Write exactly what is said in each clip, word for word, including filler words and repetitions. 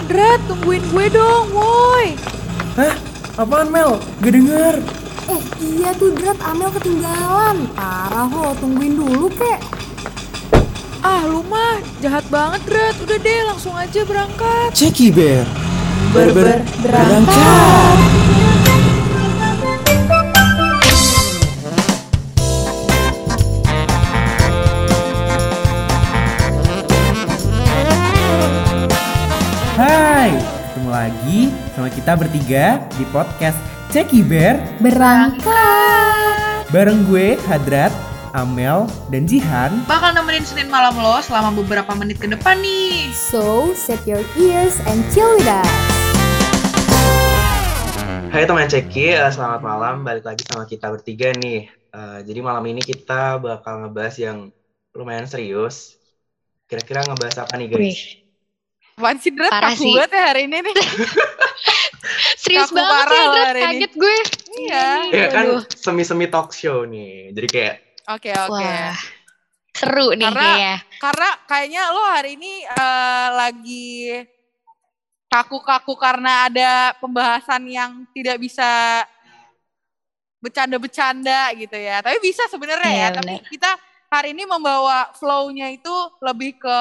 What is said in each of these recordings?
Drat, tungguin gue dong, woi. Hah? Apaan Mel? Gak denger. Eh iya tuh Drat, Amel ketinggalan. Parah lo, tungguin dulu kek. Ah lu mah jahat banget Drat, udah deh langsung aja berangkat. Ceki Bear. Ber-ber berangkat. Hai, ketemu lagi sama kita bertiga di podcast Ceki Bear Berangkat. bareng gue Hadrat, Amel, dan Jihan. Bakal nemenin Senin malam lo selama beberapa menit ke depan nih. So, set your ears and chill with us. Hai teman Ceki, uh, selamat malam. Balik lagi sama kita bertiga nih. Uh, jadi malam ini kita bakal ngebahas yang lumayan serius. Kira-kira ngebahas apa nih guys? Wih, Apaan sih Drat, Parah kaku sih. banget ya hari ini nih. serius Kaku banget parah ya, lo Drat. hari ini. Kaget gue. Iya. Ya kan Aduh. semi-semi talk show nih. Jadi kayak Oke oke. Wah, seru nih Karena- kayaknya. Karena kayaknya lo hari ini eh, lagi kaku-kaku karena ada pembahasan yang tidak bisa bercanda-bercanda gitu ya. Tapi bisa sebenarnya Iya, ya. Tapi benar. kita hari ini membawa flow-nya itu lebih ke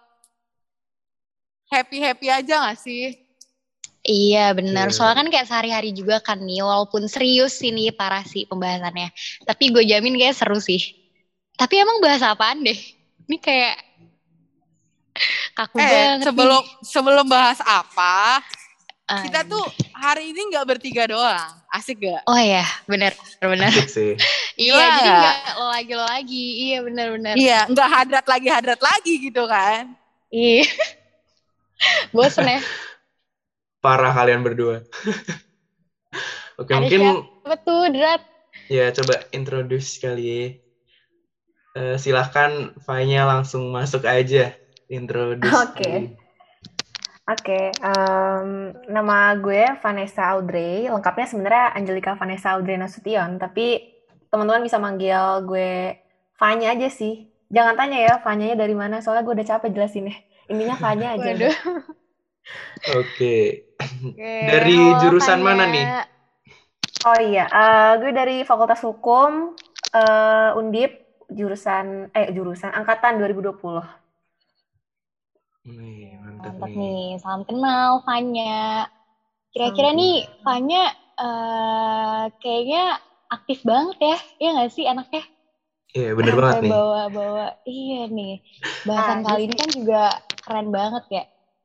happy-happy aja gak sih? Iya benar, Iya. soalnya kan kayak sehari-hari juga kan nih, walaupun serius sih nih parah sih pembahasannya. Tapi gue jamin kayak seru sih. Tapi emang bahas apaan deh? Ini kayak kaku Eh, banget sebelum nih. sebelum bahas apa, Ah, kita tuh hari ini nggak bertiga doang. Asik gak? Oh ya, benar, benar. asik sih. Iya, Gila jadi nggak? nggak lo lagi lo lagi. Iya benar-benar. Iya, nggak hadrat lagi hadrat lagi gitu kan? Iya. Bosen ya. Parah kalian berdua. Oke, Ada mungkin siapa tuh, Drat? ya coba introduce kali. Uh, silahkan Fanya langsung masuk aja. Introduce. Oke. Oke, em, nama gue Vanessa Audrey. Lengkapnya sebenarnya Angelika Vanessa Audrey Nasution, tapi teman-teman bisa manggil gue Vanya aja sih. Jangan tanya ya Vanya-nya dari mana, soalnya gue udah capek jelasinnya. Intinya Vanya aja. Waduh. Oke. Oke, Dari halo, jurusan Fanya. mana nih? Oh iya, eh, gue dari Fakultas Hukum eh, Undip, jurusan eh jurusan angkatan dua ribu dua puluh. Wih, mantap Mantap nih. nih, salam kenal Fanya. Kira-kira Salam nih Fanya eh, kayaknya aktif banget ya, iya nggak sih anaknya? Iya, bener banget Sampai nih. bawa-bawa, iya nih. Bahasan Ah, kali iya ini kan juga keren banget ya.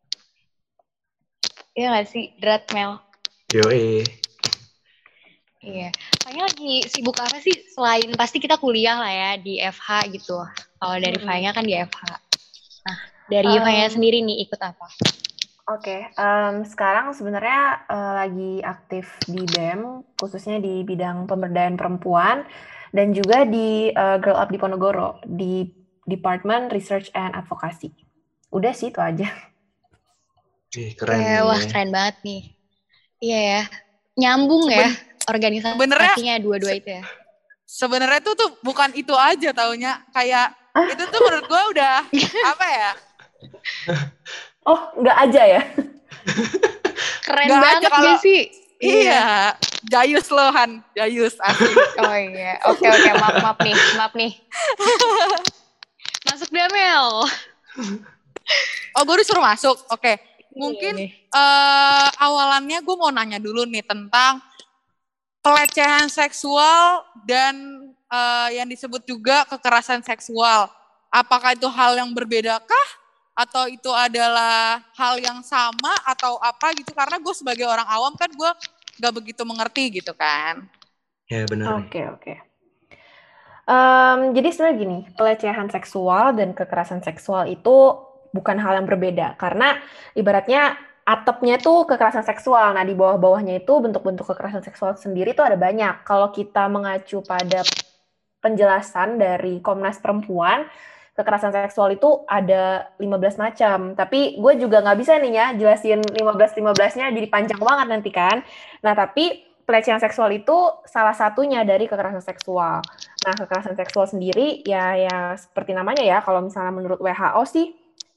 Iya nggak sih, Drat Mel? Yoi. Iya. Fanya lagi sibuk apa sih? Selain pasti kita kuliah lah ya di F H gitu. Kalau dari Mm-mm. Fanya kan di F H. Nah, dari Um, Fanya sendiri nih ikut apa? Oke, em, sekarang sebenarnya eh, lagi aktif di B E M, khususnya di bidang pemberdayaan perempuan, dan juga di eh, Girl Up di Ponorogo, di Department Research and Advocacy. Udah sih, itu aja. Ih, keren Eh, nih. wah keren banget nih. Iya ya. Nyambung ya organisasinya sebenarnya- dua-dua itu ya. Sebenarnya tuh tuh bukan itu aja taunya. Kayak itu tuh menurut gue udah apa ya? Oh, nggak aja ya? Keren Nggak aja banget kalau- gak sih? Iya. Jayus loh Han, Jayus asli. Oh iya. Oke oke maaf maaf nih, maaf nih. Masuk deh Mel. Oh gue disuruh masuk, oke. Mungkin Iya nih. eh, awalannya gue mau nanya dulu nih tentang pelecehan seksual dan eh, yang disebut juga kekerasan seksual. Apakah itu hal yang berbedakah? Atau itu adalah hal yang sama atau apa gitu? Karena gue sebagai orang awam kan gue gak begitu mengerti gitu kan. Ya, bener nih. Oke, oke. Em, jadi sebenarnya gini, pelecehan seksual dan kekerasan seksual itu bukan hal yang berbeda. Karena ibaratnya atapnya tuh kekerasan seksual. Nah, di bawah-bawahnya itu bentuk-bentuk kekerasan seksual sendiri tuh ada banyak. Kalau kita mengacu pada penjelasan dari Komnas Perempuan, kekerasan seksual itu ada lima belas macam. Tapi gue juga nggak bisa nih ya jelasin lima belas lima belas-nya jadi panjang banget nanti kan. Nah, tapi pelecehan seksual itu salah satunya dari kekerasan seksual. Nah, kekerasan seksual sendiri ya ya seperti namanya ya, kalau misalnya menurut W H O sih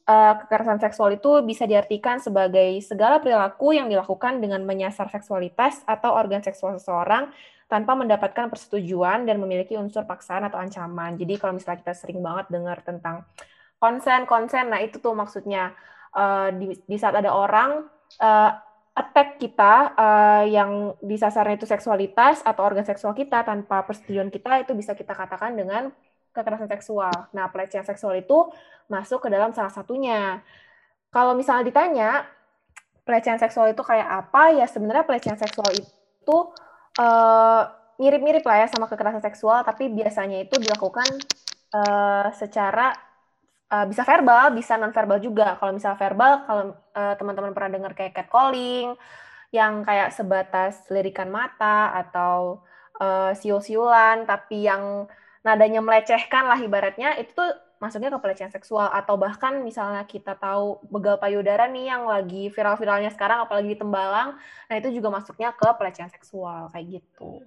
uh, kekerasan seksual itu bisa diartikan sebagai segala perilaku yang dilakukan dengan menyasar seksualitas atau organ seksual seseorang tanpa mendapatkan persetujuan dan memiliki unsur paksaan atau ancaman. Jadi kalau misalnya kita sering banget dengar tentang konsen-konsen, nah itu tuh maksudnya uh, di, di saat ada orang uh, attack kita uh, yang disasarnya itu seksualitas atau organ seksual kita tanpa persetujuan kita, itu bisa kita katakan dengan kekerasan seksual. Nah, pelecehan seksual itu masuk ke dalam salah satunya. Kalau misalnya ditanya, pelecehan seksual itu kayak apa? Ya sebenarnya pelecehan seksual itu uh, mirip-mirip lah ya sama kekerasan seksual, tapi biasanya itu dilakukan uh, secara Uh, bisa verbal, bisa non-verbal juga. Kalau misalnya verbal, kalau uh, teman-teman pernah dengar kayak catcalling, yang kayak sebatas lirikan mata, atau uh, siul-siulan, tapi yang nadanya melecehkan lah ibaratnya, itu tuh masuknya ke pelecehan seksual. Atau bahkan misalnya kita tahu begal payudara nih yang lagi viral-viralnya sekarang, apalagi di Tembalang, nah itu juga masuknya ke pelecehan seksual, kayak gitu.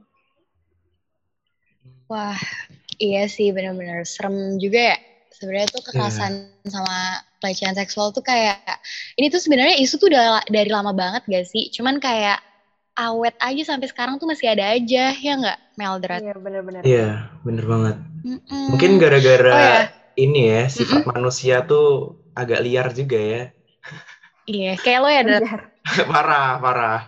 Wah, iya sih benar-benar serem juga ya. Sebenarnya tuh kekerasan yeah. sama pelecehan seksual tuh kayak, ini tuh sebenarnya isu tuh udah dari lama banget gak sih? Cuman kayak awet aja sampai sekarang tuh masih ada aja, ya nggak, Meldred? Iya, benar-benar. Iya, bener banget. Mm-mm. Mungkin gara-gara oh, ya? ini ya, sifat Mm-mm. manusia tuh agak liar juga ya. Iya, kayak lo ya, Dad? Parah, parah.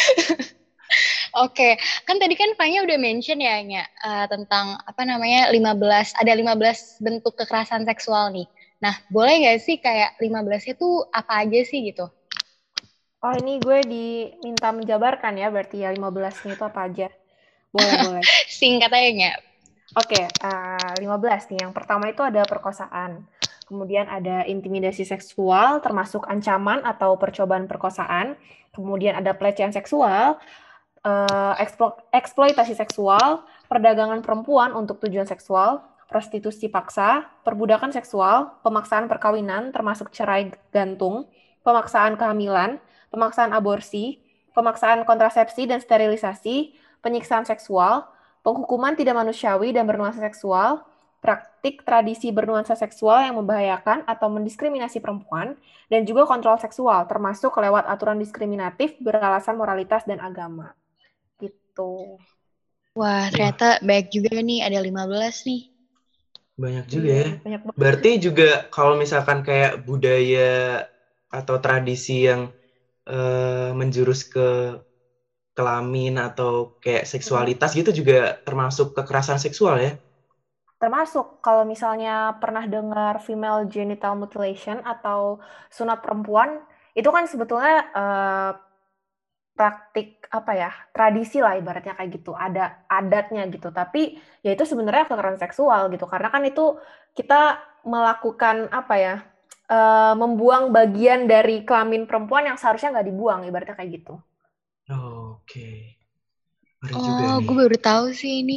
Oke, kan tadi kan Fanya udah mention ya, Nya, uh, tentang apa namanya lima belas, ada lima belas bentuk kekerasan seksual nih. Nah, boleh nggak sih kayak lima belasnya tuh apa aja sih gitu? Oh, ini gue diminta menjabarkan ya, berarti ya lima belasnya itu apa aja. Boleh, boleh. Singkat aja, Nya. Oke, uh, lima belas nih. Yang pertama itu ada perkosaan. Kemudian ada intimidasi seksual, termasuk ancaman atau percobaan perkosaan. Kemudian ada pelecehan seksual, Uh, eksplo- eksploitasi seksual, perdagangan perempuan untuk tujuan seksual, prostitusi paksa, perbudakan seksual, pemaksaan perkawinan termasuk cerai gantung, pemaksaan kehamilan, pemaksaan aborsi, pemaksaan kontrasepsi dan sterilisasi, penyiksaan seksual, penghukuman tidak manusiawi dan bernuansa seksual, praktik tradisi bernuansa seksual yang membahayakan atau mendiskriminasi perempuan, dan juga kontrol seksual termasuk lewat aturan diskriminatif beralasan moralitas dan agama. Gitu. Wah, ternyata baik juga nih, ada lima belas nih. Banyak juga ya. Banyak banget. Berarti juga kalau misalkan kayak budaya atau tradisi yang uh, menjurus ke kelamin atau kayak seksualitas gitu juga termasuk kekerasan seksual ya? Termasuk kalau misalnya pernah dengar female genital mutilation atau sunat perempuan, itu kan sebetulnya uh, praktik apa ya, tradisi lah ibaratnya kayak gitu, ada adatnya gitu, tapi ya itu sebenarnya kekerasan seksual gitu, karena kan itu kita melakukan apa ya, uh, membuang bagian dari kelamin perempuan yang seharusnya nggak dibuang, ibaratnya kayak gitu. Oh, oke. Okay. Oh, gue baru tahu sih ini.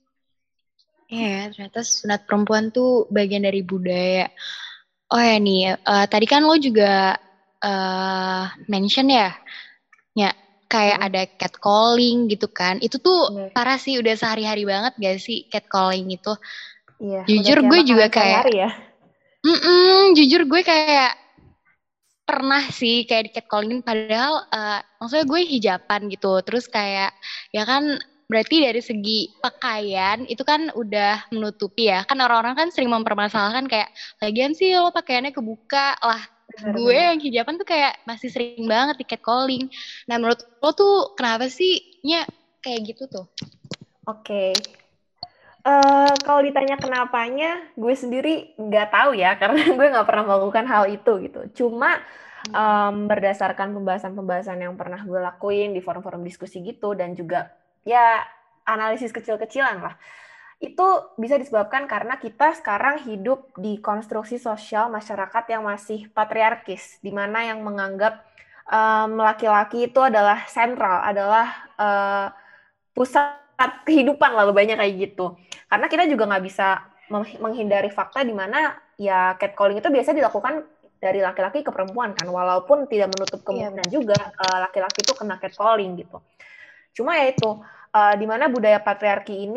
Iya, ternyata sunat perempuan tuh bagian dari budaya. Oh ya nih, uh, tadi kan lo juga uh, mention ya, ya kayak hmm. ada catcalling gitu kan. Itu tuh yeah. parah sih, udah sehari-hari banget gak sih catcalling itu? Iya. Jujur gue juga kayak, ya? jujur gue kayak pernah sih kayak di catcallingin. Padahal uh, maksudnya gue hijaban gitu. Terus kayak ya kan. Berarti dari segi pakaian itu kan udah menutupi ya. Kan orang-orang kan sering mempermasalahkan kayak, lagian sih lo pakaiannya kebuka lah. Bener, gue bener. Yang hijaban tuh kayak masih sering banget di catcalling. Nah menurut lo tuh kenapa sih Nya kayak gitu tuh? Oke. Okay. Uh, kalau ditanya kenapanya, gue sendiri nggak tahu ya. Karena gue nggak pernah melakukan hal itu gitu. Cuma um, berdasarkan pembahasan-pembahasan yang pernah gue lakuin di forum-forum diskusi gitu. Dan juga ya analisis kecil-kecilan lah. Itu bisa disebabkan karena kita sekarang hidup di konstruksi sosial masyarakat yang masih patriarkis, di mana yang menganggap um, laki-laki itu adalah sentral, adalah uh, pusat kehidupan lah, banyak kayak gitu. Karena kita juga nggak bisa menghindari fakta di mana ya catcalling itu biasa dilakukan dari laki-laki ke perempuan kan, walaupun tidak menutup kemungkinan yeah. juga uh, laki-laki itu kena catcalling gitu. Cuma ya itu, uh, di mana budaya patriarki ini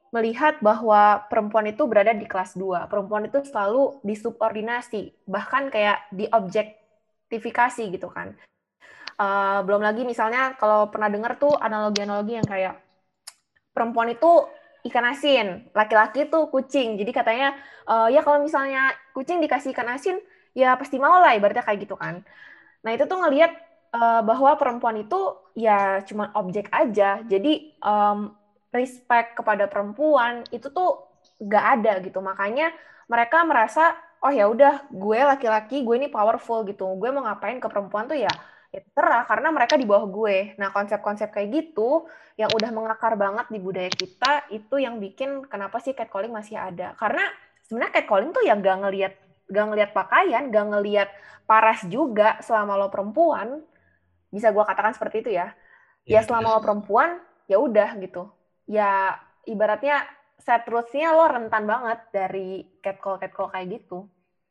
melihat bahwa perempuan itu berada di kelas dua. Perempuan itu selalu disubordinasi, bahkan kayak diobjektifikasi gitu kan. Uh, belum lagi misalnya kalau pernah dengar tuh analogi-analogi yang kayak perempuan itu ikan asin, laki-laki tuh kucing. Jadi katanya uh, ya kalau misalnya kucing dikasih ikan asin, ya pasti mau lah, ibaratnya kayak gitu kan. Nah itu tuh ngelihat uh, bahwa perempuan itu ya cuma objek aja. Jadi um, respect kepada perempuan itu tuh gak ada gitu. Makanya mereka merasa, oh ya udah gue laki-laki, gue ini powerful gitu. Gue mau ngapain ke perempuan tuh ya, ya terserah karena mereka di bawah gue. Nah konsep-konsep kayak gitu yang udah mengakar banget di budaya kita itu yang bikin kenapa sih catcalling masih ada. Karena sebenarnya catcalling tuh ya gak ngelihat gak ngelihat pakaian, gak ngelihat paras juga selama lo perempuan. Bisa gue katakan seperti itu ya. Ya, ya selama lo perempuan ya udah gitu. Ya ibaratnya set rules-nya lo rentan banget dari catcall catcall kayak gitu.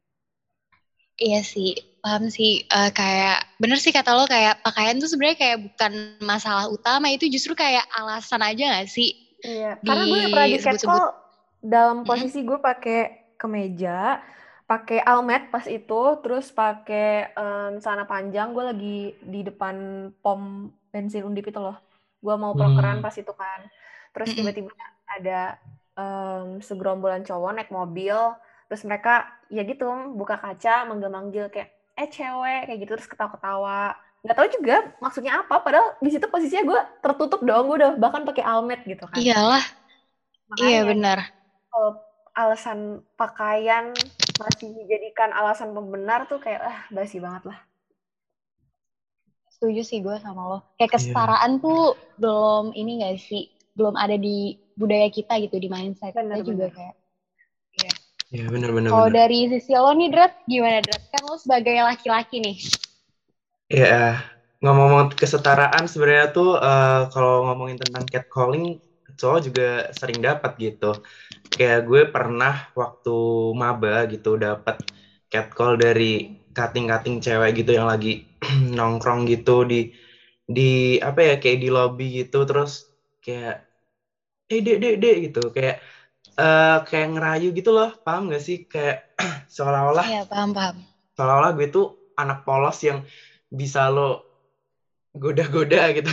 Iya sih, paham sih. Uh, kayak bener sih kata lo, kayak pakaian tuh sebenarnya kayak bukan masalah utama, itu justru kayak alasan aja nggak sih? Iya. Karena gue pernah di catcall dalam posisi hmm? gue pakai kemeja, pakai almet pas itu, terus pakai um, celana panjang. Gue lagi di depan pom bensin Undip itu loh. Gue mau prokeran hmm. pas itu kan. Terus tiba-tiba ada um, segerombolan cowok naik mobil, terus mereka ya gitu buka kaca manggil-manggil kayak eh cewek kayak gitu, terus ketawa-ketawa. Nggak tahu juga maksudnya apa, padahal di situ posisinya gue tertutup dong, gue udah bahkan pakai almet gitu kan. Iyalah. Makanya, iya benar. Kalau alasan pakaian masih dijadikan alasan pembenar tuh kayak ah basi banget lah. Setuju sih gue sama lo. Kayak kesetaraan yeah. tuh belum ini gak sih, belum ada di budaya kita gitu, di mindset bener, kita bener. Juga kayak. Iya yeah. benar-benar. Kalau dari sisi lo nih Drat, gimana Drat? Kan lo sebagai laki-laki nih. Iya, yeah. ngomong-ngomong kesetaraan sebenarnya tuh uh, kalau ngomongin tentang catcalling, cowok juga sering dapat gitu. Kayak gue pernah waktu maba gitu dapat catcall dari kating-kating cewek gitu yang lagi nongkrong gitu di di apa ya kayak di lobby gitu, terus kayak eh dek dek dek gitu, kayak uh, kayak ngerayu gitu loh, paham gak sih? Kayak seolah-olah iya paham paham seolah-olah gue tuh anak polos yang bisa lo goda-goda gitu.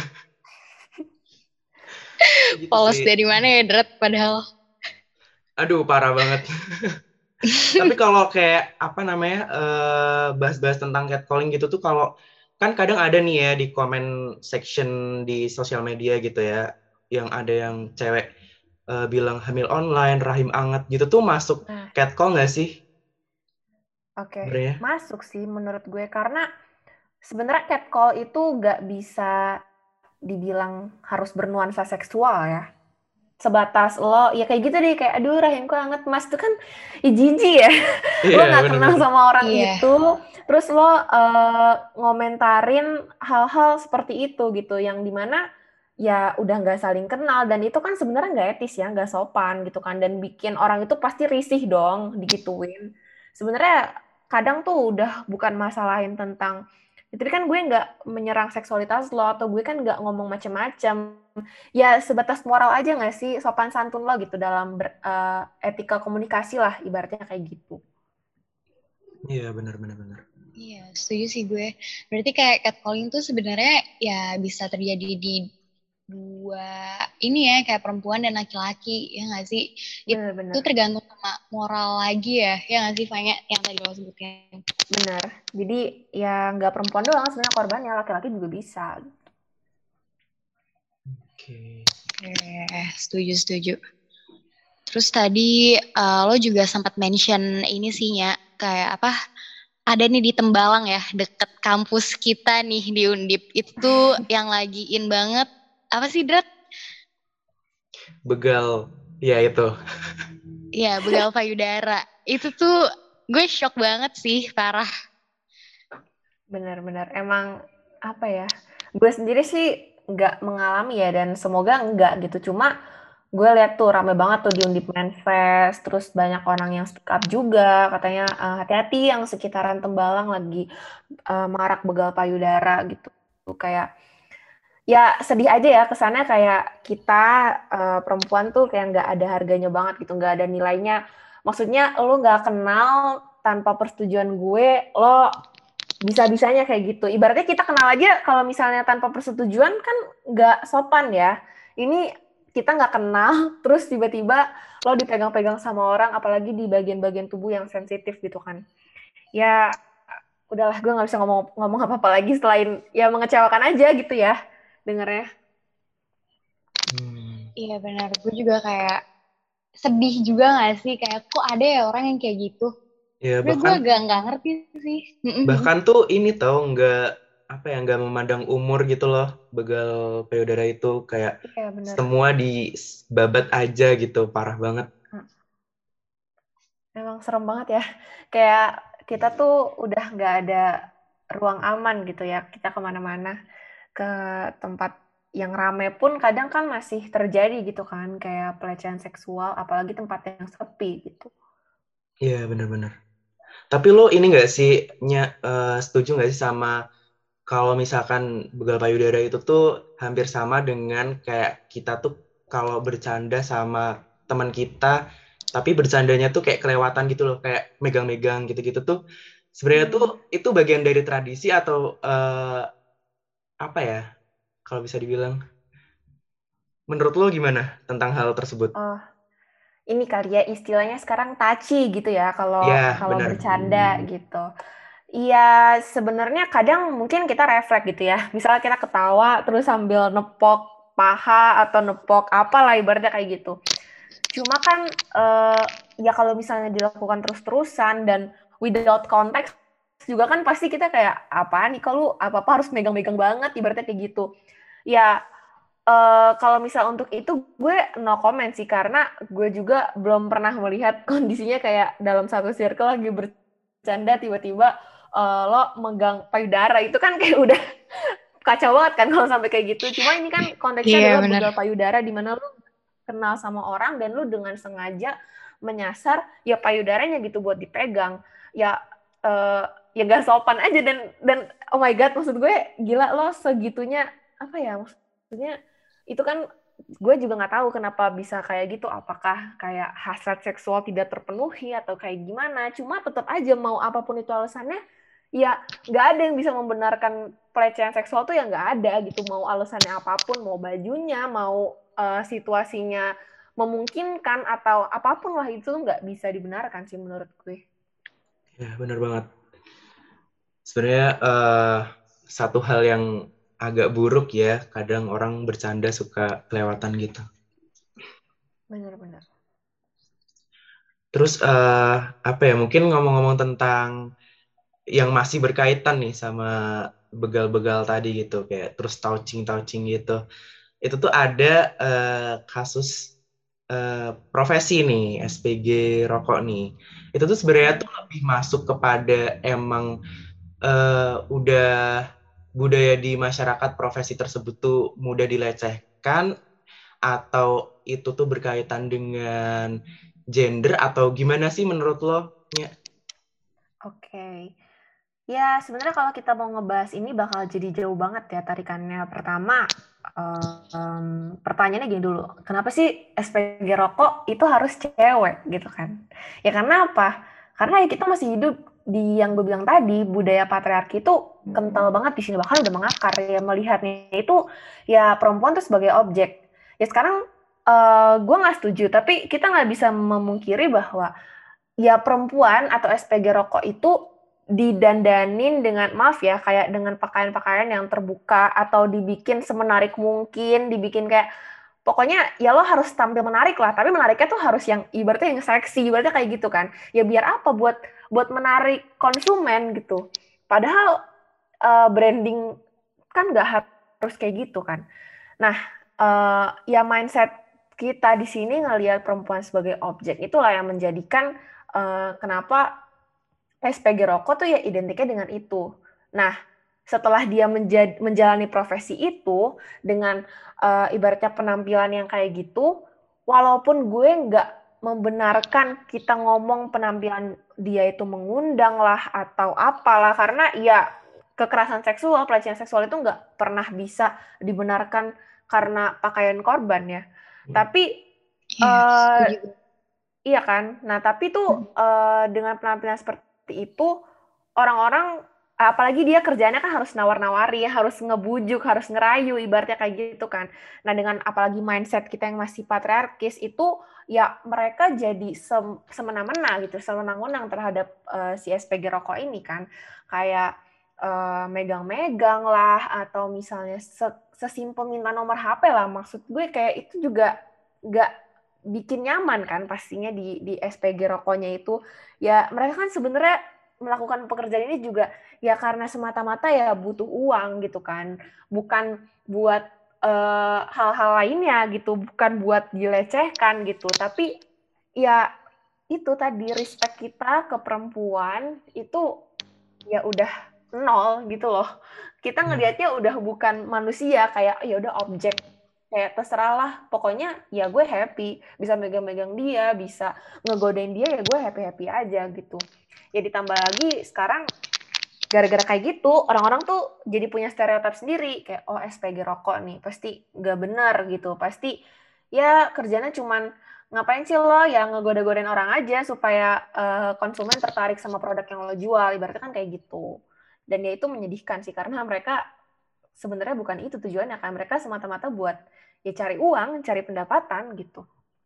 Gitu polos sih. Dari mana ya Drat padahal? Aduh parah banget. Tapi kalau kayak apa namanya uh, bahas-bahas tentang catcalling gitu tuh, kalau kan kadang ada nih ya di comment section di sosial media gitu ya, yang ada yang cewek uh, bilang hamil online, rahim anget gitu tuh masuk nah. catcall nggak sih? Oke, okay. Masuk sih menurut gue, karena sebenarnya catcall itu nggak bisa dibilang harus bernuansa seksual ya. Sebatas lo ya kayak gitu deh, kayak aduh rahimku hangat mas, itu kan ya jijik ya. Yeah, lo nggak kenal sama orang yeah. itu, terus lo uh, ngomentarin hal-hal seperti itu gitu, yang dimana ya udah nggak saling kenal, dan itu kan sebenarnya nggak etis ya, nggak sopan gitu kan, dan bikin orang itu pasti risih dong digituin. Sebenarnya kadang tuh udah bukan masalahin tentang jadi kan gue nggak menyerang seksualitas lo, atau gue kan nggak ngomong macam-macam. Ya sebatas moral aja nggak sih, sopan santun lo gitu dalam ber, uh, etika komunikasi lah, ibaratnya kayak gitu. Iya benar-benar benar. Iya setuju sih gue. Berarti kayak catcalling tuh sebenarnya ya bisa terjadi di dua ini ya, kayak perempuan dan laki-laki, ya nggak sih? Bener, itu bener. Tergantung sama moral lagi ya, ya nggak sih Fanya yang tadi lo sebutin? Benar. Jadi ya nggak perempuan doang sebenarnya korbannya, laki-laki juga bisa. Oke. Okay. Eh, setuju setuju. Terus tadi uh, lo juga sempat mention ini sih ya, kayak apa? Ada nih di Tembalang ya, deket kampus kita nih di Undip, itu yang lagi in banget. Apa sih Drat? Begal, ya itu. Iya, begal payudara. Itu tuh gue shock banget sih, parah. Benar-benar, emang apa ya? Gue sendiri sih nggak mengalami ya, dan semoga nggak gitu. Cuma gue lihat tuh rame banget tuh di Undip Manfest, terus banyak orang yang speak up juga, katanya uh, hati-hati yang sekitaran Tembalang lagi uh, marak begal payudara gitu. Kayak ya sedih aja ya kesannya kayak kita uh, perempuan tuh kayak nggak ada harganya banget gitu, nggak ada nilainya. Maksudnya lo nggak kenal tanpa persetujuan gue, lo bisa-bisanya kayak gitu. Ibaratnya kita kenal aja kalau misalnya tanpa persetujuan kan nggak sopan ya. Ini kita nggak kenal, terus tiba-tiba lo dipegang-pegang sama orang, apalagi di bagian-bagian tubuh yang sensitif gitu kan. Ya udahlah, gue nggak bisa ngomong ngomong apa-apa lagi selain ya mengecewakan aja gitu ya dengernya. Hmm. Iya benar, gue juga kayak sedih juga gak sih, kayak kok ada ya orang yang kayak gitu. Ya Tapi gue bahkan agak nggak ngerti sih. bahkan tuh ini tau nggak apa ya nggak memandang umur gitu loh, begal payudara itu kayak Iya benar. semua dibabat aja gitu, parah banget. Emang serem banget ya. Kayak kita tuh udah nggak ada ruang aman gitu ya. Kita kemana-mana ke tempat yang rame pun kadang kan masih terjadi gitu kan. Kayak pelecehan seksual, apalagi tempat yang sepi gitu. Iya benar-benar. Tapi lo ini nggak sih nya, uh, setuju nggak sih sama kalau misalkan begal payudara itu tuh hampir sama dengan kayak kita tuh kalau bercanda sama teman kita, tapi bercandanya tuh kayak kelewatan gitu loh, kayak megang-megang gitu-gitu tuh. Sebenarnya Hmm. tuh itu bagian dari tradisi atau uh, apa ya? Kalau bisa dibilang. Menurut lo gimana tentang hal tersebut? Oh, ini kali ya istilahnya sekarang touchy gitu ya kalau Ya, kalau benar. bercanda gitu. Iya, sebenarnya kadang mungkin kita refleks gitu ya. Misalnya kita ketawa terus sambil nepok paha atau nepok apalah ibaratnya kayak gitu. Cuma kan uh, ya kalau misalnya dilakukan terus-terusan dan without context juga kan pasti kita kayak apaan nih kalau apa-apa harus megang-megang banget ibaratnya kayak gitu. Ya uh, kalau misal untuk itu gue no comment sih karena gue juga belum pernah melihat kondisinya kayak dalam satu circle lagi bercanda tiba-tiba uh, lo megang payudara itu kan kayak udah kacau banget kan kalau sampai kayak gitu. Cuma ini kan konteksnya Iya adalah benar. begal payudara di mana lo kenal sama orang dan lu dengan sengaja menyasar ya payudaranya gitu buat dipegang ya uh, ya gak sopan aja dan dan oh my god maksud gue gila lo segitunya apa ya maksudnya itu kan gue juga nggak tahu kenapa bisa kayak gitu apakah kayak hasrat seksual tidak terpenuhi atau kayak gimana cuma tetap aja mau apapun itu alasannya ya nggak ada yang bisa membenarkan pelecehan seksual tuh ya nggak ada gitu mau alasannya apapun mau bajunya mau uh, situasinya memungkinkan atau apapun lah itu nggak bisa dibenarkan sih menurut gue. Ya, benar banget. Sebenarnya uh, satu hal yang agak buruk ya, kadang orang bercanda suka kelewatan gitu. Benar-benar. Terus uh, apa ya, mungkin ngomong-ngomong tentang yang masih berkaitan nih sama begal-begal tadi gitu, kayak terus touching-touching gitu. Itu tuh ada uh, kasus uh, profesi nih, S P G rokok nih. Itu tuh sebenarnya tuh lebih masuk kepada emang uh, udah budaya di masyarakat profesi tersebut tuh mudah dilecehkan atau itu tuh berkaitan dengan gender atau gimana sih menurut lo? Ya. Oke. Okay. Ya, sebenarnya kalau kita mau ngebahas ini bakal jadi jauh banget ya tarikannya. Pertama, um, pertanyaannya gini dulu. Kenapa sih S P G rokok itu harus cewek gitu kan? Ya karena apa? Karena ya kita masih hidup di yang gue bilang tadi, budaya patriarki itu kental banget di sini. Bahkan udah mengakar ya melihatnya itu ya perempuan tuh sebagai objek. Ya sekarang uh, gue nggak setuju, tapi kita nggak bisa memungkiri bahwa ya perempuan atau S P G rokok itu didandanin dengan maaf ya kayak dengan pakaian-pakaian yang terbuka atau dibikin semenarik mungkin, dibikin kayak pokoknya ya lo harus tampil menarik lah, tapi menariknya tuh harus yang ibaratnya yang seksi, ibaratnya kayak gitu kan. Ya biar apa buat buat menarik konsumen gitu. Padahal uh, branding kan nggak harus kayak gitu kan. Nah, uh, ya mindset kita di sini ngelihat perempuan sebagai objek itulah yang menjadikan uh, kenapa S P G rokok tuh ya identiknya dengan itu. Nah, setelah dia menjad, menjalani profesi itu dengan uh, ibaratnya penampilan yang kayak gitu, walaupun gue nggak membenarkan kita ngomong penampilan dia itu mengundang lah atau apalah, karena ya kekerasan seksual, pelecehan seksual itu nggak pernah bisa dibenarkan karena pakaian korban ya. Hmm. Tapi Iya, eh, setuju. iya kan. Nah tapi tuh eh, dengan penampilan seperti itu orang-orang, apalagi dia kerjanya kan harus nawar-nawari, harus ngebujuk, harus ngerayu, ibaratnya kayak gitu kan. Nah dengan apalagi mindset kita yang masih patriarkis itu, ya mereka jadi sem- semena-mena gitu, sewenang-wenang terhadap eh, si S P G rokok ini kan. Kayak eh, megang-megang lah, atau misalnya se- sesimpel minta nomor H P lah. Maksud gue kayak itu juga nggak bikin nyaman kan pastinya di di S P G rokoknya itu. Ya mereka kan sebenarnya melakukan pekerjaan ini juga ya karena semata-mata ya butuh uang gitu kan, bukan buat eh, hal-hal lainnya gitu, bukan buat dilecehkan gitu, tapi ya itu tadi respect kita ke perempuan itu ya udah nol gitu loh. Kita ngelihatnya udah bukan manusia, kayak ya udah objek, kayak terserah lah, pokoknya ya gue happy bisa megang-megang dia, bisa ngegodain dia, ya gue happy-happy aja gitu. Ya ditambah lagi sekarang gara-gara kayak gitu orang-orang tuh jadi punya stereotip sendiri, kayak oh S P G rokok nih pasti nggak benar gitu, pasti ya kerjanya cuman ngapain sih lo yang ngegoda-godain orang aja supaya uh, konsumen tertarik sama produk yang lo jual, ibaratnya kan kayak gitu. Dan ya itu menyedihkan sih karena mereka sebenarnya bukan itu tujuannya kan, mereka semata-mata buat ya cari uang, cari pendapatan gitu.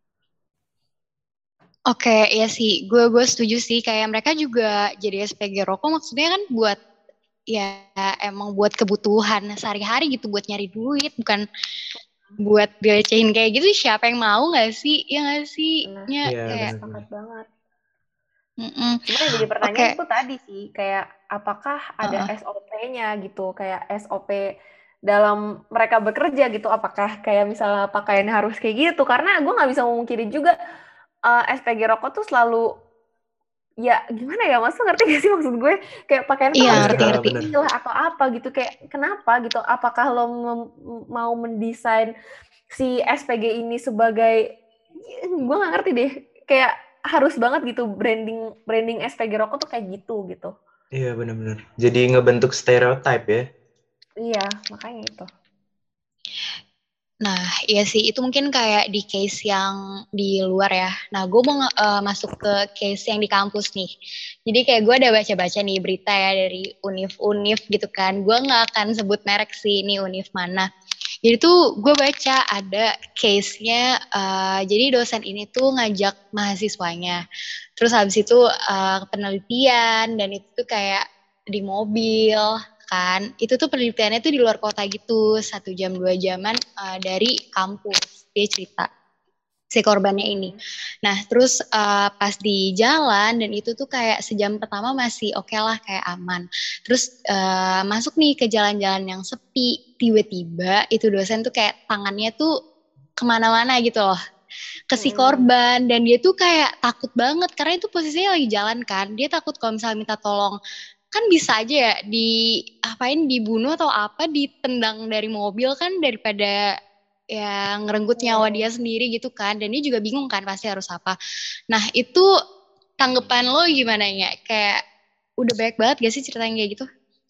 Oke, ya sih, gue gue setuju sih. Kayak mereka juga jadi S P G rokok, maksudnya kan buat ya emang buat kebutuhan sehari-hari gitu, buat nyari duit, bukan buat dilecehin kayak gitu. Siapa yang mau nggak sih? Ya nggak sih? Nah, Ya Iya, kayak, benar-benar. sepakat banget. mm-mm. Cuma yang jadi Oke, pertanyaan itu tadi sih, kayak apakah ada uh-uh. S O P-nya gitu, kayak S O P dalam mereka bekerja gitu, apakah kayak misalnya pakaian harus kayak gitu, karena gue nggak bisa memungkiri juga uh, S P G rokok tuh selalu, ya gimana ya, Mas, ngerti gak sih maksud gue, kayak pakaian tuh Iya, harus Iya, kayak ah, ngerti-ngerti. benar. kecil lah atau apa gitu, kayak kenapa gitu, apakah lo mem- mau mendesain si S P G ini sebagai, gue nggak ngerti deh, kayak harus banget gitu branding branding S P G rokok tuh kayak gitu gitu. Iya, benar-benar. Jadi ngebentuk stereotip ya. Iya, makanya itu. Nah, iya sih, itu mungkin kayak di case yang di luar ya. Nah, gue mau nge- eh, masuk ke case yang di kampus nih. Jadi kayak gue ada baca-baca nih berita ya dari univ-univ gitu kan. Gue nggak akan sebut merek sih, ini univ mana. Jadi tuh gue baca ada case-nya, eh, jadi dosen ini tuh ngajak mahasiswanya. Terus habis itu eh, penelitian, dan itu tuh kayak di mobil kan. Itu tuh penelitiannya tuh di luar kota gitu, satu jam dua jaman eh, dari kampus. Dia cerita si korbannya ini. Nah, terus uh, pas di jalan, dan itu tuh kayak sejam pertama masih oke okay lah, kayak aman. Terus uh, masuk nih ke jalan-jalan yang sepi, tiba-tiba itu dosen tuh kayak tangannya tuh kemana-mana gitu loh, ke si korban, dan dia tuh kayak takut banget karena itu posisinya lagi jalan kan. Dia takut kalau misalnya minta tolong, kan bisa aja ya di apain, dibunuh atau apa, ditendang dari mobil kan, daripada ya ngerenggut nyawa dia sendiri gitu kan. Dan dia juga bingung kan pasti harus apa. Nah, itu tanggapan lo gimana ya? Kayak udah banyak banget gak sih cerita yang kayak gitu?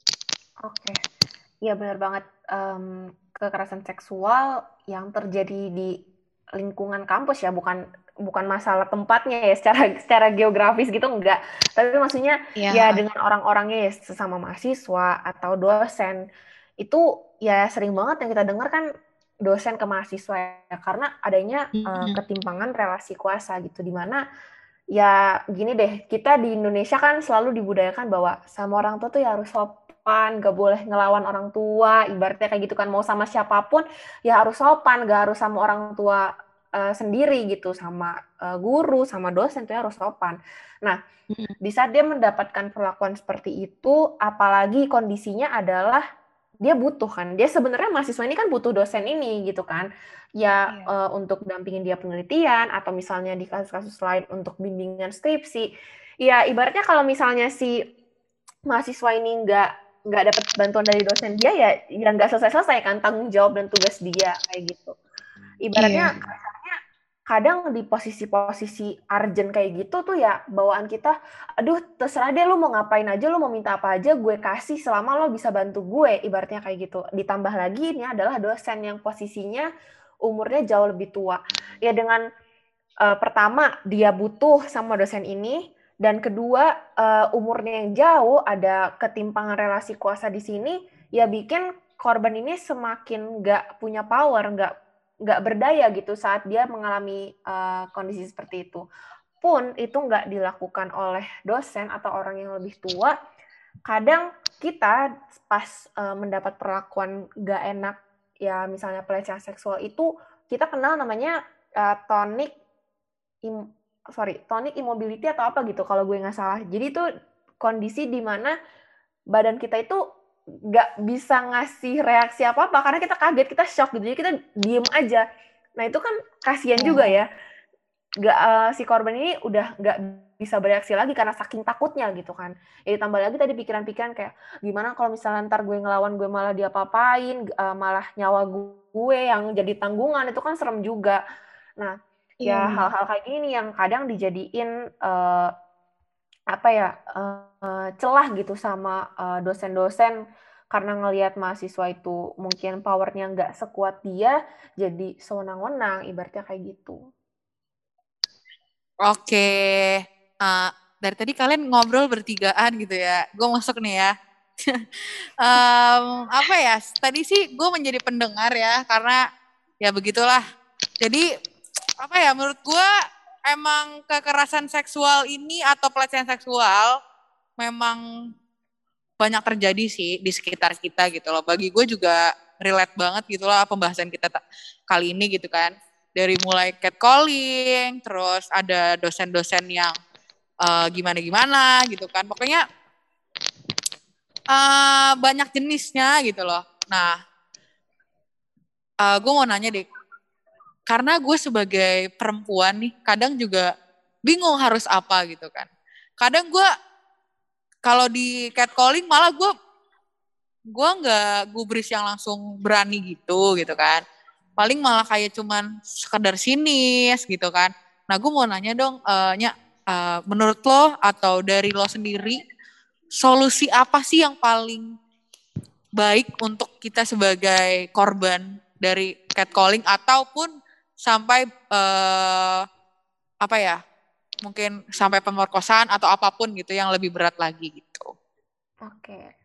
Oke, iya benar banget. Em, kekerasan seksual yang terjadi di lingkungan kampus ya, bukan bukan masalah tempatnya ya, secara secara geografis gitu enggak. Tapi maksudnya Ya, ya dengan orang-orangnya ya, sesama mahasiswa atau dosen itu ya sering banget yang kita dengar kan, dosen ke mahasiswa ya, karena adanya uh, ketimpangan relasi kuasa gitu, di mana ya gini deh, kita di Indonesia kan selalu dibudayakan bahwa sama orang tua tuh ya harus sopan, gak boleh ngelawan orang tua, ibaratnya kayak gitu kan, mau sama siapapun ya harus sopan, gak harus sama orang tua uh, sendiri gitu, sama uh, guru, sama dosen tuh ya harus sopan. Nah, di saat dia mendapatkan perlakuan seperti itu, apalagi kondisinya adalah dia butuh kan, dia sebenarnya mahasiswa ini kan butuh dosen ini gitu kan, ya iya. uh, untuk dampingin dia penelitian, atau misalnya di kasus-kasus lain untuk bimbingan skripsi. Ya ibaratnya kalau misalnya si mahasiswa ini nggak nggak dapat bantuan dari dosen dia, ya ya nggak selesai-selesai kan tanggung jawab dan tugas dia kayak gitu. Ibaratnya Iya. kasarnya kadang di posisi-posisi urgent kayak gitu tuh ya bawaan kita, aduh terserah deh lu mau ngapain aja, lu mau minta apa aja gue kasih selama lo bisa bantu gue, ibaratnya kayak gitu. Ditambah lagi ini adalah dosen yang posisinya umurnya jauh lebih tua. Ya dengan uh, pertama dia butuh sama dosen ini, dan kedua uh, umurnya yang jauh, ada ketimpangan relasi kuasa di sini, ya bikin korban ini semakin nggak punya power, nggak nggak berdaya gitu saat dia mengalami uh, kondisi seperti itu. Pun itu nggak dilakukan oleh dosen atau orang yang lebih tua, kadang kita pas uh, mendapat perlakuan nggak enak, ya misalnya pelecehan seksual itu, kita kenal namanya uh, tonic im, sorry tonic immobility atau apa gitu kalau gue nggak salah. Jadi itu kondisi di mana badan kita itu nggak bisa ngasih reaksi apa-apa karena kita kaget, kita shock gitu, jadi kita diem aja. Nah itu kan kasihan juga ya, nggak uh, si korban ini udah nggak bisa bereaksi lagi karena saking takutnya gitu kan. Ya ditambah lagi tadi pikiran-pikiran kayak gimana kalau misalnya ntar gue ngelawan, gue malah diapa-apain, uh, malah nyawa gue yang jadi tanggungan, itu kan serem juga. Nah ya hal-hal kayak gini yang kadang dijadiin uh, apa ya uh, celah gitu sama uh, dosen-dosen karena ngelihat mahasiswa itu mungkin powernya nggak sekuat dia, jadi sewenang-wenang, ibaratnya kayak gitu. Oke, uh, dari tadi kalian ngobrol bertigaan gitu ya, gue masuk nih ya. um, apa ya, tadi sih gue menjadi pendengar ya, karena ya begitulah. Jadi apa ya, menurut gue emang kekerasan seksual ini atau pelecehan seksual memang banyak terjadi sih di sekitar kita gitu loh. Bagi gue juga relate banget gitu lah pembahasan kita kali ini gitu kan. Dari mulai catcalling, terus ada dosen-dosen yang uh, gimana-gimana gitu kan. Pokoknya uh, banyak jenisnya gitu loh. Nah, uh, gue mau nanya deh, karena gue sebagai perempuan nih, kadang juga bingung harus apa gitu kan. Kadang gue, kalau di catcalling malah gue, gue gak gubris yang langsung berani gitu gitu kan. Paling malah kayak cuman sekedar sinis gitu kan. Nah gue mau nanya dong, uh, Nya, uh, menurut lo atau dari lo sendiri, solusi apa sih yang paling baik untuk kita sebagai korban dari catcalling ataupun sampai uh, apa ya, mungkin sampai pemerkosaan atau apapun gitu yang lebih berat lagi gitu. Oke,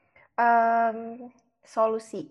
um, solusi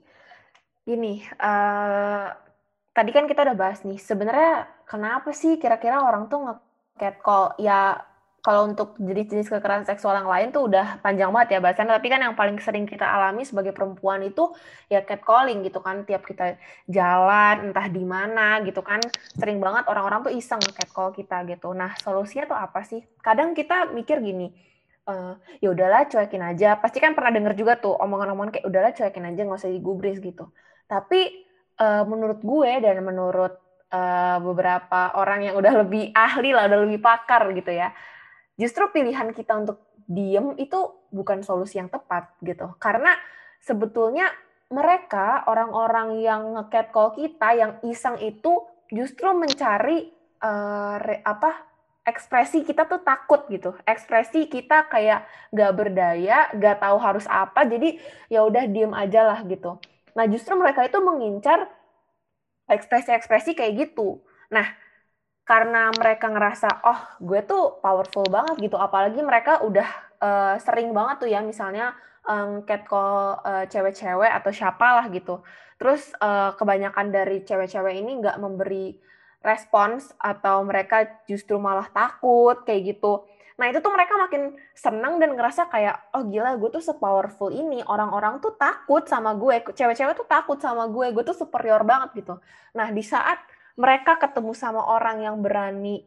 gini, uh, tadi kan kita udah bahas nih, sebenarnya kenapa sih kira-kira orang tuh nge-catcall? Ya kalau untuk jenis-jenis kekerasan seksual yang lain tuh udah panjang banget ya bahasannya, tapi kan yang paling sering kita alami sebagai perempuan itu ya catcalling gitu kan. Tiap kita jalan entah di mana gitu kan, sering banget orang-orang tuh iseng nge-catcall kita gitu. Nah solusinya tuh apa sih? Kadang kita mikir gini, uh, ya udahlah cuekin aja. Pasti kan pernah denger juga tuh omongan-omongan kayak udahlah cuekin aja, nggak usah digubris gitu. Tapi uh, menurut gue dan menurut uh, beberapa orang yang udah lebih ahli lah, udah lebih pakar gitu ya, justru pilihan kita untuk diem itu bukan solusi yang tepat gitu. Karena sebetulnya mereka, orang-orang yang nge-catcall kita, yang iseng itu justru mencari uh, re, apa ekspresi kita tuh takut gitu. Ekspresi kita kayak gak berdaya, gak tahu harus apa, jadi ya udah diem aja lah gitu. Nah justru mereka itu mengincar ekspresi-ekspresi kayak gitu. Nah karena mereka ngerasa, oh gue tuh powerful banget gitu, apalagi mereka udah uh, sering banget tuh ya misalnya um, catcall uh, cewek-cewek atau siapalah gitu. Terus uh, kebanyakan dari cewek-cewek ini nggak memberi respons atau mereka justru malah takut kayak gitu. Nah itu tuh mereka makin senang dan ngerasa kayak, oh gila gue tuh se-powerful ini, orang-orang tuh takut sama gue, cewek-cewek tuh takut sama gue, gue tuh superior banget gitu. Nah di saat mereka ketemu sama orang yang berani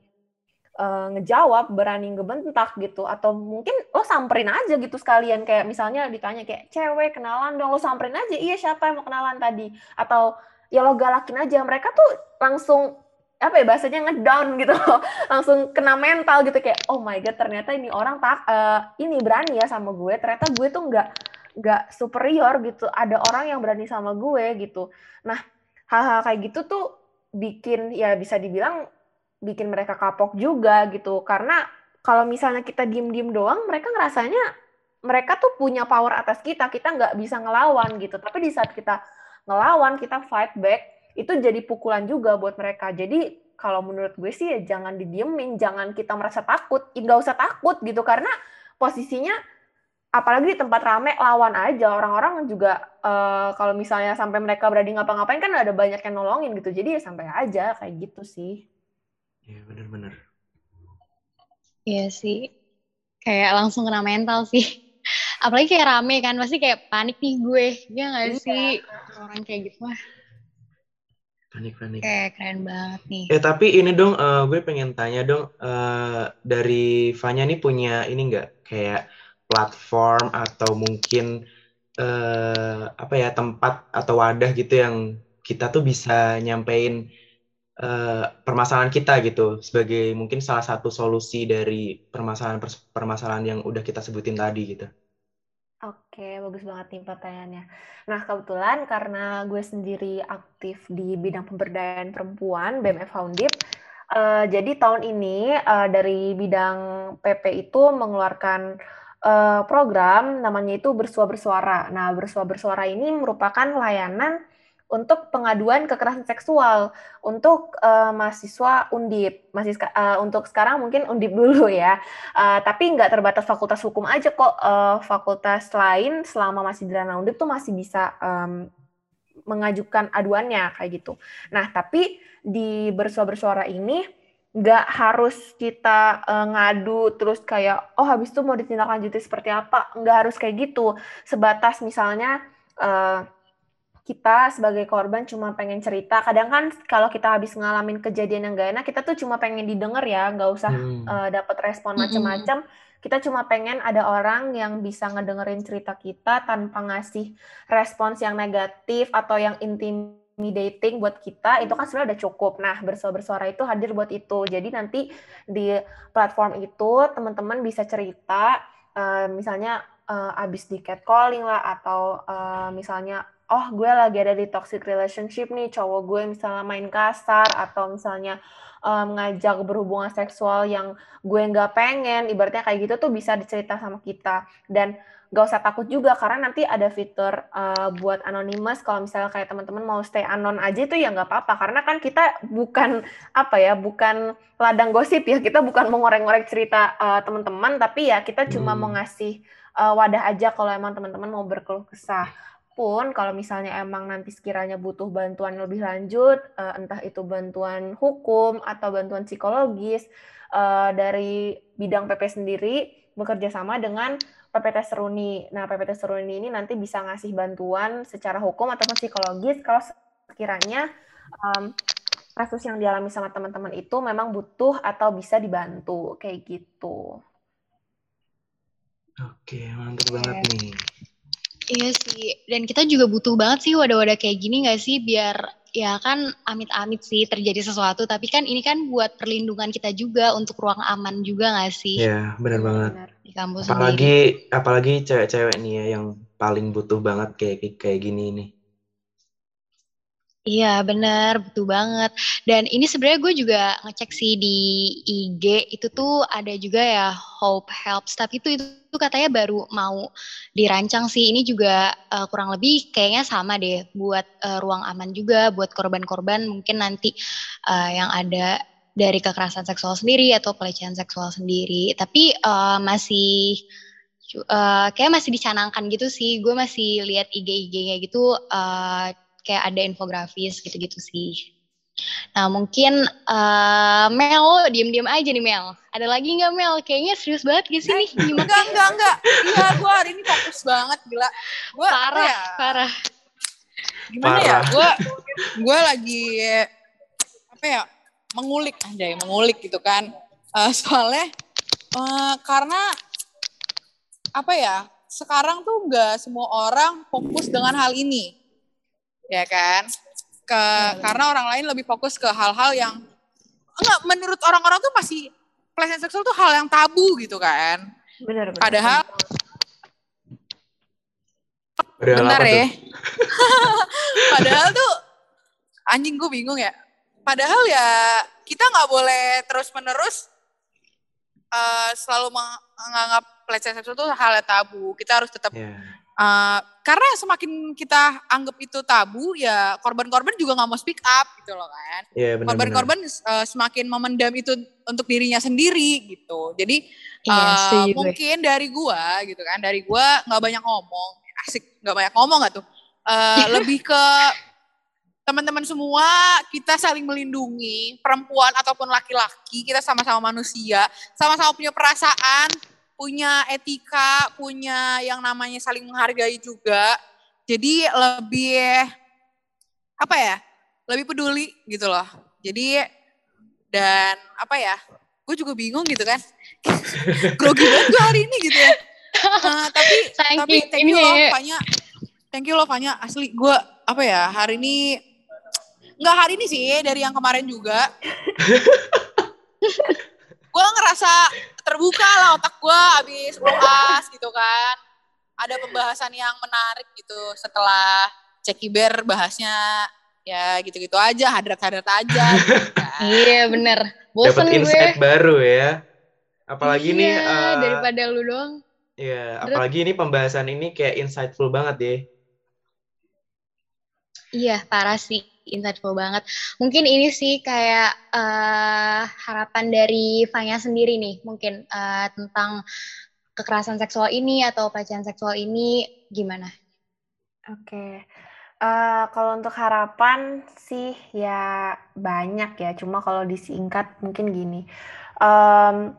uh, ngejawab, berani ngebentak gitu, atau mungkin lo samperin aja gitu sekalian, kayak misalnya ditanya kayak, cewek kenalan dong, lo samperin aja, iya siapa yang mau kenalan tadi, atau ya lo galakin aja, mereka tuh langsung apa ya bahasanya ngedown gitu, langsung kena mental gitu, kayak oh my god ternyata ini orang tak uh, ini berani ya sama gue, ternyata gue tuh nggak nggak superior gitu, ada orang yang berani sama gue gitu. Nah hal-hal kayak gitu tuh bikin ya bisa dibilang bikin mereka kapok juga gitu. Karena kalau misalnya kita diem-diem doang, mereka ngerasanya mereka tuh punya power atas kita, kita nggak bisa ngelawan gitu. Tapi di saat kita ngelawan, kita fight back, itu jadi pukulan juga buat mereka. Jadi kalau menurut gue sih ya jangan didiemin, jangan kita merasa takut, nggak usah takut gitu. Karena posisinya, apalagi di tempat rame, lawan aja. Orang-orang juga uh, kalau misalnya sampai mereka berani ngapa-ngapain kan ada banyak yang nolongin gitu. Jadi ya sampai aja kayak gitu sih. Iya benar-benar. Iya sih, kayak langsung kena mental sih. Apalagi kayak rame kan, pasti kayak panik nih gue. Iya gak Iya. sih? Orang kayak gitu mah. Panik-panik. Kayak keren banget nih. Eh tapi ini dong, uh, gue pengen tanya dong, uh, dari Fanya nih punya ini nggak kayak platform atau mungkin uh, apa ya tempat atau wadah gitu yang kita tuh bisa nyampein uh, permasalahan kita gitu sebagai mungkin salah satu solusi dari permasalahan permasalahan yang udah kita sebutin tadi gitu. Oke, bagus banget nih pertanyaannya. Nah, kebetulan karena gue sendiri aktif di bidang pemberdayaan perempuan, B M F Foundip, uh, jadi tahun ini uh, dari bidang P P itu mengeluarkan uh, program namanya itu Bersua Bersuara. Nah, Bersua Bersuara ini merupakan layanan untuk pengaduan kekerasan seksual untuk uh, mahasiswa Undip. Masih uh, untuk sekarang mungkin Undip dulu ya. Uh, tapi nggak terbatas fakultas hukum aja kok. Uh, fakultas lain selama masih di ranah Undip tuh masih bisa um, mengajukan aduannya kayak gitu. Nah, tapi di Bersua Bersuara ini nggak harus kita uh, ngadu terus kayak oh habis itu mau ditindaklanjuti seperti apa. Nggak harus kayak gitu. Sebatas misalnya uh, kita sebagai korban cuma pengen cerita. Kadang kan kalau kita habis ngalamin kejadian yang gak enak, kita tuh cuma pengen didengar ya, nggak usah Hmm. uh, dapat respon macam-macam. Kita cuma pengen ada orang yang bisa ngedengerin cerita kita tanpa ngasih respons yang negatif atau yang intimidating buat kita. Itu kan sebenarnya udah cukup. Nah, Bersua Bersuara itu hadir buat itu. Jadi nanti di platform itu teman-teman bisa cerita, uh, misalnya uh, abis di catcalling lah, atau uh, misalnya oh gue lagi ada di toxic relationship nih, cowok gue misalnya main kasar, atau misalnya um, ngajak berhubungan seksual yang gue nggak pengen, ibaratnya kayak gitu tuh bisa dicerita sama kita. Dan gak usah takut juga, karena nanti ada fitur uh, buat anonymous, kalau misalnya kayak teman-teman mau stay anon aja itu ya nggak apa-apa, karena kan kita bukan apa ya, bukan ladang gosip ya, kita bukan mau ngorek-ngorek cerita uh, teman-teman, tapi ya kita cuma Hmm. mau ngasih uh, wadah aja kalau emang teman-teman mau berkeluh kesah. Pun kalau misalnya emang nanti sekiranya butuh bantuan lebih lanjut, uh, entah itu bantuan hukum atau bantuan psikologis, uh, dari bidang P P sendiri bekerja sama dengan P P T Seruni. Nah, P P T Seruni ini nanti bisa ngasih bantuan secara hukum ataupun psikologis kalau sekiranya um, kasus yang dialami sama teman-teman itu memang butuh atau bisa dibantu, kayak gitu. Oke, mantap banget nih. Iya sih, dan kita juga butuh banget sih wadah-wadah kayak gini gak sih, biar ya kan amit-amit sih terjadi sesuatu, tapi kan ini kan buat perlindungan kita juga, untuk ruang aman juga gak sih? Ya, benar banget. Di kampus Apalagi sendiri. apalagi cewek-cewek nih ya yang paling butuh banget kayak kayak gini nih. Iya bener, butuh banget. Dan ini sebenarnya gue juga ngecek sih di I G, itu tuh ada juga ya Hope Helps, tapi itu, itu katanya baru mau dirancang sih. Ini juga uh, kurang lebih kayaknya sama deh, buat uh, ruang aman juga, buat korban-korban mungkin nanti uh, yang ada dari kekerasan seksual sendiri atau pelecehan seksual sendiri. Tapi uh, masih uh, kayak masih dicanangkan gitu sih. Gue masih lihat I G-I G-nya gitu, uh, kayak ada infografis gitu-gitu sih. Nah mungkin uh, Mel, diem-diem aja nih Mel. Ada lagi nggak Mel? Kayaknya serius banget gak sih nih? Enggak, enggak, enggak. Iya, gue hari ini fokus banget, gila. Gua, parah, ya, parah. Gimana Parah. ya? Gue gue lagi, apa ya, mengulik aja ya, mengulik gitu kan. Uh, soalnya, uh, karena, apa ya, sekarang tuh nggak semua orang fokus dengan hal ini. Ya kan, ke ya, karena orang lain lebih fokus ke hal-hal yang enggak, menurut orang-orang tuh masih pelecehan seksual tuh hal yang tabu gitu kan. Benar, benar. Padahal Padahal bentar apa ya. tuh? Padahal tuh anjing, gue bingung ya. Padahal ya kita nggak boleh terus-menerus uh, selalu menganggap pelecehan seksual itu hal yang tabu. Kita harus tetap Yeah. uh, karena semakin kita anggap itu tabu, ya korban-korban juga nggak mau speak up gitu loh kan. Iya, benar-benar. Korban-korban uh, semakin memendam itu untuk dirinya sendiri gitu. Jadi Iya, uh, setuju gue. mungkin dari gua gitu kan, dari gua nggak banyak ngomong, asik nggak banyak ngomong nggak tuh. Uh, lebih ke teman-teman semua, kita saling melindungi, perempuan ataupun laki-laki, kita sama-sama manusia, sama-sama punya perasaan, punya etika, punya yang namanya saling menghargai juga. Jadi lebih, apa ya, lebih peduli gitu loh. Jadi, dan apa ya, gue juga bingung gitu kan. Grogi banget gue hari ini gitu ya. Uh, tapi, Saking tapi thank you ini loh, ya. Fanya. Thank you loh, Fanya. Asli, gue, apa ya, hari ini, nggak hari ini sih, dari yang kemarin juga. Gue ngerasa terbuka lah otak gue abis U A S gitu kan. Ada pembahasan yang menarik gitu setelah Cekiber bahasnya ya gitu-gitu aja, hadrat-hadrat aja gitu kan. Iya bener, bosen Dapat gue. insight baru ya. Apalagi iya, nih uh, daripada lu doang. ya, Drat. apalagi ini pembahasan ini kayak insightful banget deh. Iya, parah sih, insightful banget. Mungkin ini sih kayak uh, harapan dari Fanya sendiri nih, mungkin uh, tentang kekerasan seksual ini atau pelecehan seksual ini gimana? Oke, uh, kalau untuk harapan sih ya banyak ya. Cuma kalau disingkat mungkin gini, um,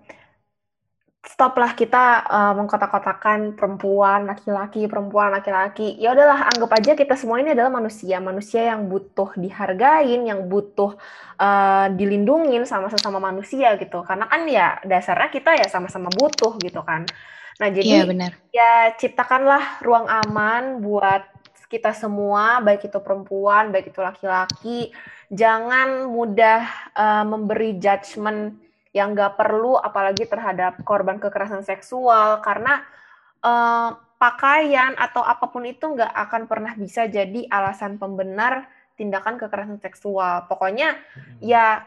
stoplah kita uh, mengkotak-kotakan perempuan, laki-laki, perempuan, laki-laki. Ya udahlah, anggap aja kita semua ini adalah manusia, manusia yang butuh dihargain, yang butuh uh, dilindungin sama sesama manusia gitu. Karena kan ya dasarnya kita ya sama-sama butuh gitu kan. Nah jadi Iya, benar. ya ciptakanlah ruang aman buat kita semua, baik itu perempuan, baik itu laki-laki. Jangan mudah uh, memberi judgement yang nggak perlu, apalagi terhadap korban kekerasan seksual, karena uh, pakaian atau apapun itu nggak akan pernah bisa jadi alasan pembenar tindakan kekerasan seksual. Pokoknya ya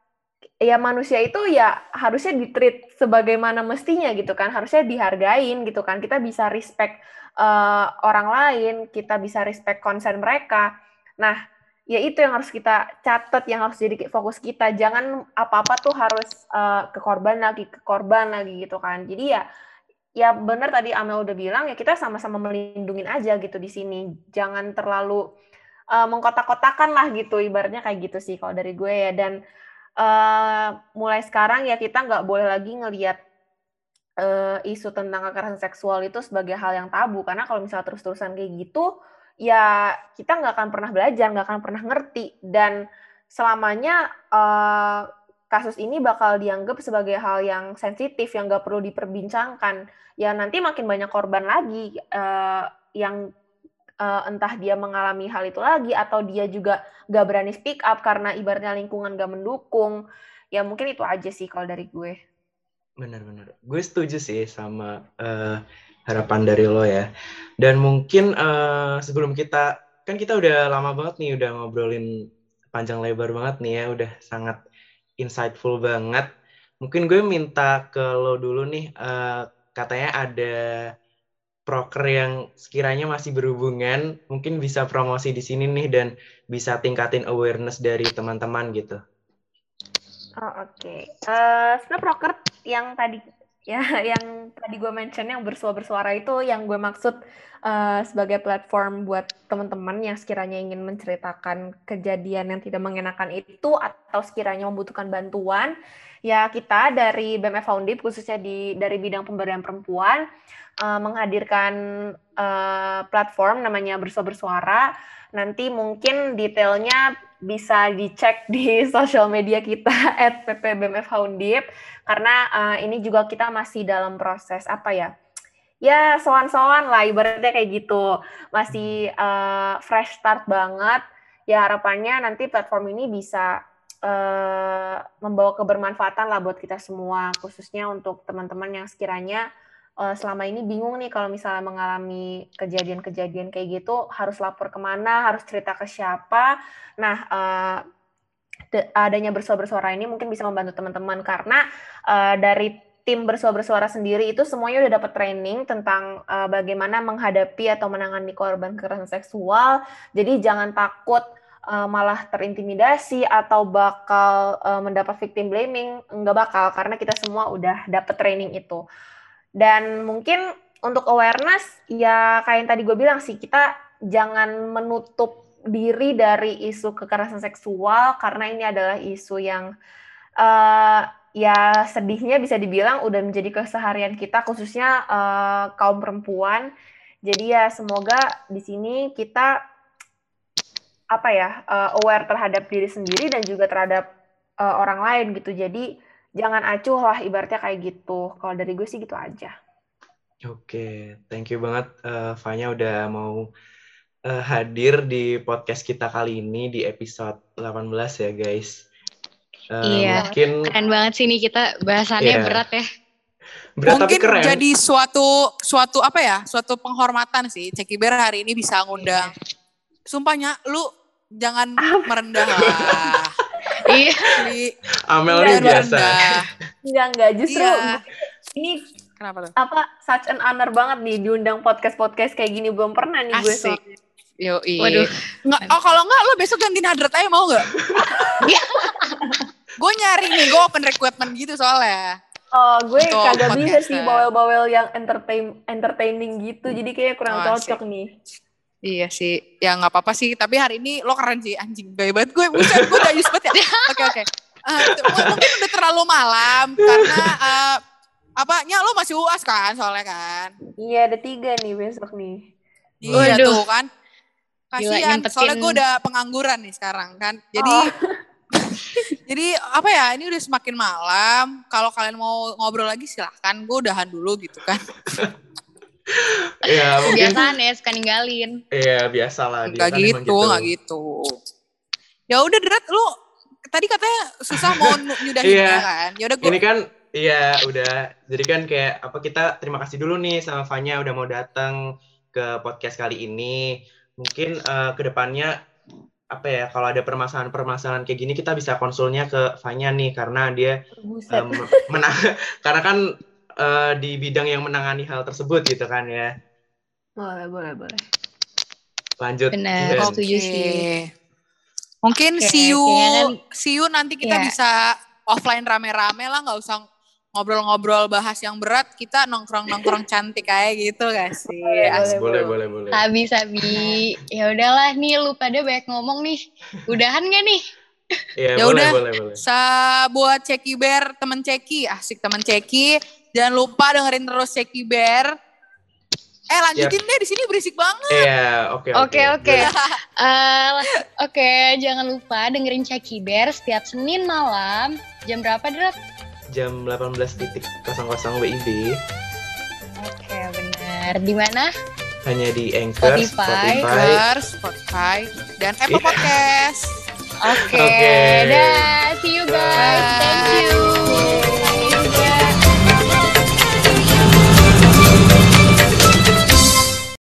ya manusia itu ya harusnya ditreat sebagaimana mestinya gitu kan, harusnya dihargain gitu kan. Kita bisa respect uh, orang lain, kita bisa respect konsen mereka. Nah, ya itu yang harus kita catat, yang harus jadi fokus kita. Jangan apa-apa tuh harus uh, ke korban lagi, ke korban lagi gitu kan. Jadi ya, ya benar tadi Amel udah bilang, ya kita sama-sama melindungin aja gitu di sini. Jangan terlalu uh, mengkotak-kotakan lah gitu, ibaratnya kayak gitu sih kalau dari gue ya. Dan uh, mulai sekarang ya kita nggak boleh lagi ngelihat uh, isu tentang kekerasan seksual itu sebagai hal yang tabu. Karena kalau misalnya terus-terusan kayak gitu, ya kita nggak akan pernah belajar, nggak akan pernah ngerti, dan selamanya uh, kasus ini bakal dianggap sebagai hal yang sensitif, yang nggak perlu diperbincangkan. Ya nanti makin banyak korban lagi uh, yang uh, entah dia mengalami hal itu lagi, atau dia juga nggak berani speak up karena ibaratnya lingkungan nggak mendukung. Ya mungkin itu aja sih kalau dari gue. Benar-benar, gue setuju sih sama uh, harapan dari lo ya. Dan mungkin uh, sebelum kita, kan kita udah lama banget nih, udah ngobrolin panjang lebar banget nih ya, udah sangat insightful banget. Mungkin gue minta ke lo dulu nih, uh, katanya ada proker yang sekiranya masih berhubungan, mungkin bisa promosi di sini nih dan bisa tingkatin awareness dari teman-teman gitu. Oh, oke. Okay. Uh, sebenarnya proker yang tadi ya yang tadi gue mention yang bersuara-bersuara itu yang gue maksud uh, sebagai platform buat teman-teman yang sekiranya ingin menceritakan kejadian yang tidak mengenakan itu atau sekiranya membutuhkan bantuan. Ya kita dari B M F Foundip khususnya di dari bidang pemberdayaan perempuan uh, menghadirkan uh, platform namanya Bersuara-Bersuara. Nanti mungkin detailnya bisa dicek di sosial media kita at p p b m f foundip, karena uh, ini juga kita masih dalam proses apa ya ya soan-soan lah ibaratnya kayak gitu, masih uh, fresh start banget ya. Harapannya nanti platform ini bisa uh, membawa kebermanfaatan lah buat kita semua, khususnya untuk teman-teman yang sekiranya Uh, selama ini bingung nih kalau misalnya mengalami kejadian-kejadian kayak gitu, harus lapor kemana, harus cerita ke siapa. Nah, uh, de- adanya bersuara-bersuara ini mungkin bisa membantu teman-teman karena uh, dari tim bersuara-bersuara sendiri itu semuanya udah dapat training tentang uh, bagaimana menghadapi atau menangani korban kekerasan seksual. Jadi jangan takut uh, malah terintimidasi atau bakal uh, mendapat victim blaming. Nggak bakal, karena kita semua udah dapat training itu. Dan mungkin untuk awareness, ya kayak yang tadi gue bilang sih, kita jangan menutup diri dari isu kekerasan seksual, karena ini adalah isu yang uh, ya sedihnya bisa dibilang udah menjadi keseharian kita, khususnya uh, kaum perempuan. Jadi ya semoga di sini kita apa ya uh, aware terhadap diri sendiri dan juga terhadap uh, orang lain gitu. Jadi jangan acuh lah ibaratnya kayak gitu. Kalau dari gue sih gitu aja. Oke, thank you banget uh, Fanya udah mau uh, hadir di podcast kita kali ini di episode delapan belas ya guys. Uh, Iya, mungkin keren banget sih nih kita bahasannya Iya. berat ya. berat tapi Mungkin keren. jadi suatu suatu apa ya, suatu penghormatan sih. Ceki Bear hari ini bisa ngundang. Sumpahnya, lu jangan merendah lah. Iya. Di, Amel Iya, nih jangan biasa. merendah. Enggak, enggak. Justru Iya. ini Kenapa tuh? apa such an honor banget nih diundang podcast-podcast kayak gini. Belum pernah nih gue Asik. soalnya. Yoi. Waduh. Nggak, oh kalau enggak lo besok gantiin Hadrat aja mau nggak? Gue nyari nih, gue open recruitment gitu soalnya. Oh, gue Untuk kagak bisa podcaster. sih bawel-bawel yang entertain entertaining gitu. Jadi kayaknya kurang Oh, cocok asik. nih. Iya sih, ya nggak apa-apa sih. Tapi hari ini lo keren sih, anjing gaya banget gue. Buset, gue udah use banget ya. Oke oke. Eh, t- mungkin udah terlalu malam karena eh, apanya lo masih U A S kan soalnya kan. Iya, ada tiga nih besok nih. Iya Waduh. tuh kan. Gila, Kasian, nyempetin. soalnya gue udah pengangguran nih sekarang kan. Jadi Oh. jadi apa ya, ini udah semakin malam. Kalau kalian mau ngobrol lagi silahkan, gue udahan dulu gitu kan. Ya mungkin Kebiasaan ya, suka ninggalin. ya biasa lah dia Gak kan emang gitu, gak gitu. Ya udah Drat, lu tadi katanya susah mau nu- nyudahinnya Iya. kan. Ya udah gue Ini kan iya udah. Jadi kan kayak apa kita terima kasih dulu nih sama Fanya udah mau datang ke podcast kali ini. Mungkin eh, ke depannya apa ya kalau ada permasalahan-permasalahan kayak gini kita bisa konsulnya ke Fanya nih karena dia Buset. em, menang karena kan eh, di bidang yang menangani hal tersebut gitu kan ya. Boleh, boleh, boleh. Lanjut. Bener. Jen. Oke. setuju sih. Mungkin Oke, see you, kayaknya kan- see you nanti kita Iya. bisa offline rame-rame lah, nggak usah ngobrol-ngobrol bahas yang berat. Kita nongkrong-nongkrong cantik kayak gitu gak sih? Boleh, Asik. Boleh boleh boleh. Habis Abi. Ya udahlah nih lu pada banyak ngomong nih. Udahan gak nih? Iya Ya boleh udah. boleh boleh. Sa buat Ceki Bear, temen Ceki, asik temen Ceki. Jangan lupa dengerin terus Ceki Bear. Eh lanjutin deh, di sini berisik banget. Iya oke Oke oke. Boleh. Eh, Oke, jangan lupa dengerin Ceki Bear setiap Senin malam. Jam berapa, Drat? Jam delapan belas W I B Oke, benar. Di mana? hanya di Anchor, Spotify. Spotify. Anchor, Spotify, dan Apple Iya. Podcast. Oke, Oke. dah. See you guys. Bye.